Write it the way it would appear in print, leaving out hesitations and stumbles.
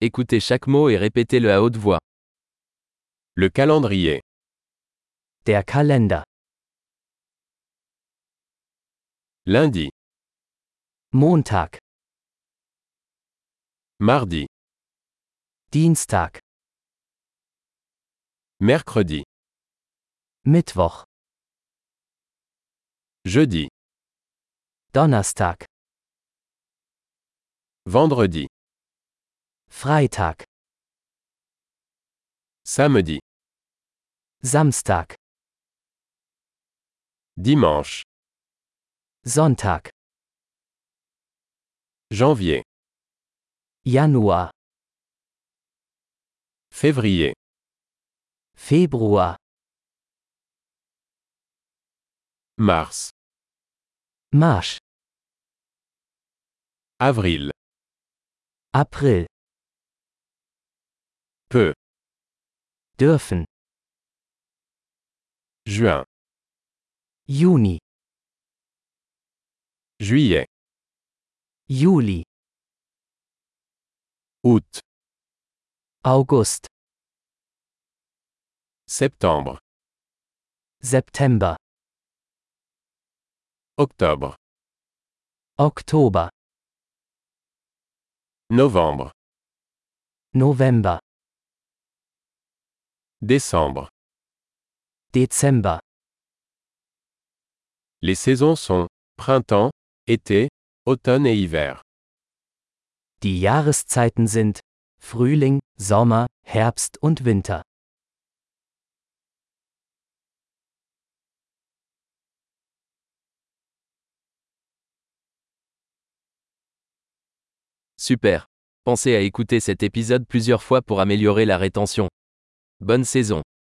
Écoutez chaque mot et répétez-le à haute voix. Le calendrier. Der Kalender. Lundi, Montag, mardi, Dienstag, mercredi, Mittwoch, jeudi, Donnerstag, vendredi, Freitag, samedi, Samstag, dimanche, Sonntag, janvier, Januar, février, Februar, mars, März, avril, April, peu, dürfen, juin, Juni, juillet, Juli, août, August, septembre, September, octobre, Oktober, novembre, November, décembre. Dezember. Les saisons sont printemps, été, automne et hiver. Die Jahreszeiten sind Frühling, Sommer, Herbst und Winter. Super. Pensez à écouter cet épisode plusieurs fois pour améliorer la rétention. Bonne saison.